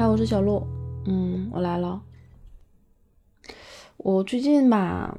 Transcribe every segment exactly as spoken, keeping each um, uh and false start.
嗨，我是小鹿。嗯，我来了。我最近吧，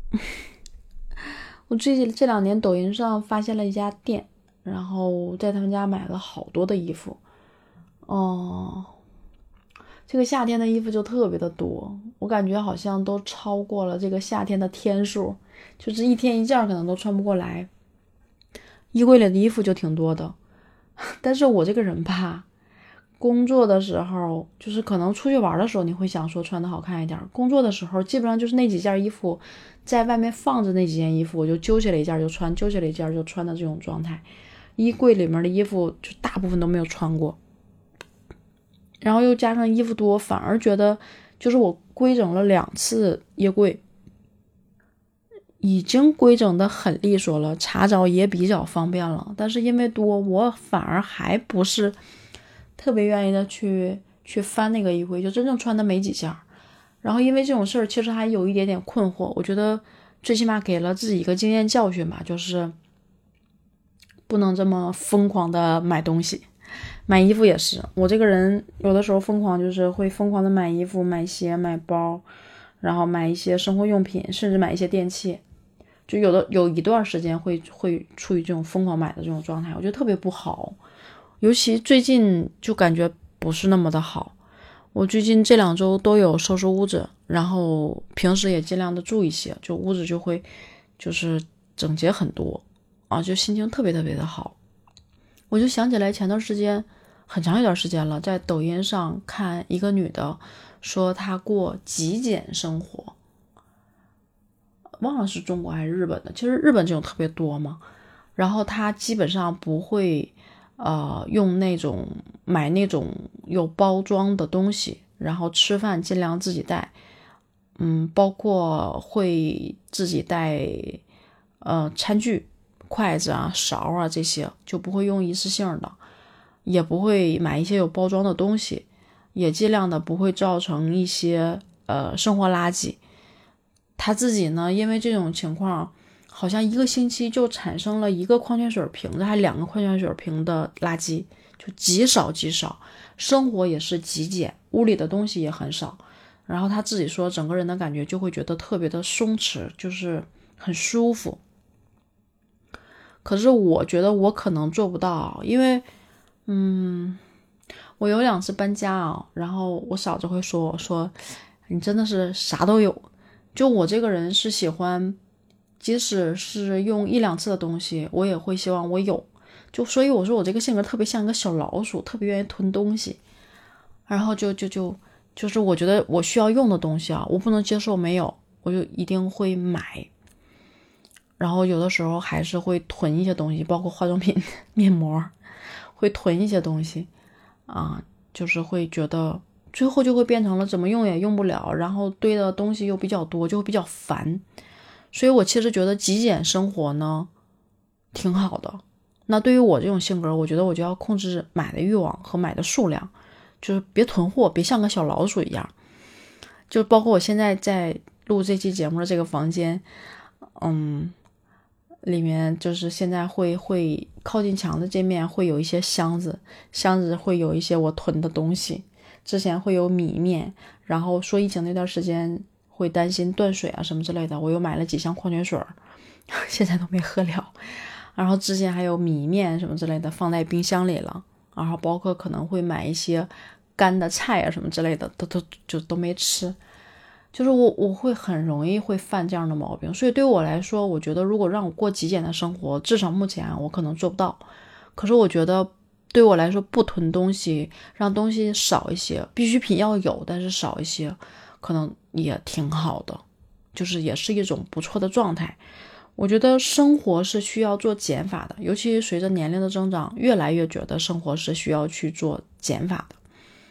我最近这两年抖音上发现了一家店，然后在他们家买了好多的衣服。哦，这个夏天的衣服就特别的多，我感觉好像都超过了这个夏天的天数，就是一天一件可能都穿不过来。衣柜里的衣服就挺多的，但是我这个人吧，工作的时候，就是可能出去玩的时候，你会想说穿的好看一点。工作的时候，基本上就是那几件衣服，在外面放着那几件衣服，我就揪起来一件就穿，揪起来一件就穿的这种状态。衣柜里面的衣服就大部分都没有穿过，然后又加上衣服多，反而觉得就是我规整了两次衣柜，已经规整的很利索了，查找也比较方便了。但是因为多，我反而还不是特别愿意的去去翻那个衣柜，就真正穿的没几件。然后因为这种事儿，其实还有一点点困惑。我觉得最起码给了自己一个经验教训吧，就是不能这么疯狂的买东西。买衣服也是，我这个人有的时候疯狂，就是会疯狂的买衣服、买鞋、买包，然后买一些生活用品，甚至买一些电器。就有的有一段时间会会处于这种疯狂买的这种状态，我觉得特别不好。尤其最近就感觉不是那么的好。我最近这两周都有收拾屋子，然后平时也尽量的注意些，就屋子就会就是整洁很多啊，就心情特别特别的好。我就想起来前段时间很长一段时间了，在抖音上看一个女的说她过极简生活，忘了是中国还是日本的，其实日本这种特别多嘛。然后她基本上不会呃用那种买那种有包装的东西，然后吃饭尽量自己带，嗯，包括会自己带呃餐具、筷子啊、勺啊这些，就不会用一次性的，也不会买一些有包装的东西，也尽量的不会造成一些呃生活垃圾。他自己呢，因为这种情况，好像一个星期就产生了一个矿泉水瓶子，还两个矿泉水瓶的垃圾，就极少极少。生活也是极简，屋里的东西也很少。然后他自己说，整个人的感觉就会觉得特别的松弛，就是很舒服。可是我觉得我可能做不到，因为，嗯，我有两次搬家啊，然后我嫂子会说我说，你真的是啥都有。就我这个人是喜欢，即使是用一两次的东西，我也会希望我有。就所以我说我这个性格特别像一个小老鼠，特别愿意囤东西。然后就就就就是我觉得我需要用的东西啊，我不能接受没有，我就一定会买。然后有的时候还是会囤一些东西，包括化妆品、面膜，会囤一些东西啊，就是会觉得最后就会变成了怎么用也用不了，然后堆的东西又比较多，就会比较烦。所以我其实觉得极简生活呢挺好的。那对于我这种性格，我觉得我就要控制买的欲望和买的数量，就是别囤货，别像个小老鼠一样。就包括我现在在录这期节目的这个房间，嗯，里面就是现在会会靠近墙的这面会有一些箱子，箱子会有一些我囤的东西。之前会有米面，然后说疫情那段时间会担心断水啊什么之类的，我又买了几箱矿泉水，现在都没喝了。然后之前还有米面什么之类的放在冰箱里了，然后包括可能会买一些干的菜啊什么之类的，都都就都没吃。就是我我会很容易会犯这样的毛病，所以对我来说，我觉得如果让我过极简的生活，至少目前我可能做不到。可是我觉得对我来说，不囤东西，让东西少一些，必需品要有，但是少一些，可能也挺好的，就是也是一种不错的状态。我觉得生活是需要做减法的，尤其随着年龄的增长，越来越觉得生活是需要去做减法的。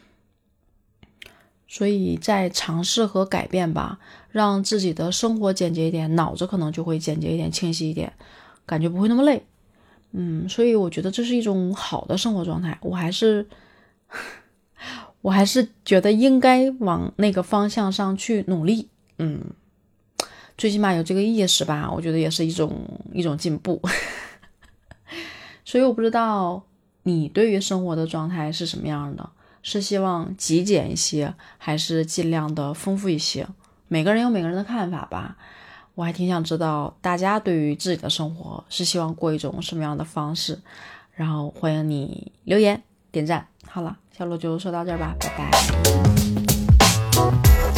所以在尝试和改变吧，让自己的生活简洁一点，脑子可能就会简洁一点、清晰一点，感觉不会那么累。嗯，所以我觉得这是一种好的生活状态，我还是我还是觉得应该往那个方向上去努力。嗯，最起码有这个意识吧，我觉得也是一种一种进步。所以我不知道你对于生活的状态是什么样的， 是希望极简一些，还是尽量的丰富一些？每个人有每个人的看法吧。我还挺想知道大家对于自己的生活是希望过一种什么样的方式，然后欢迎你留言点赞。好了，小鹿就说到这儿吧，拜拜。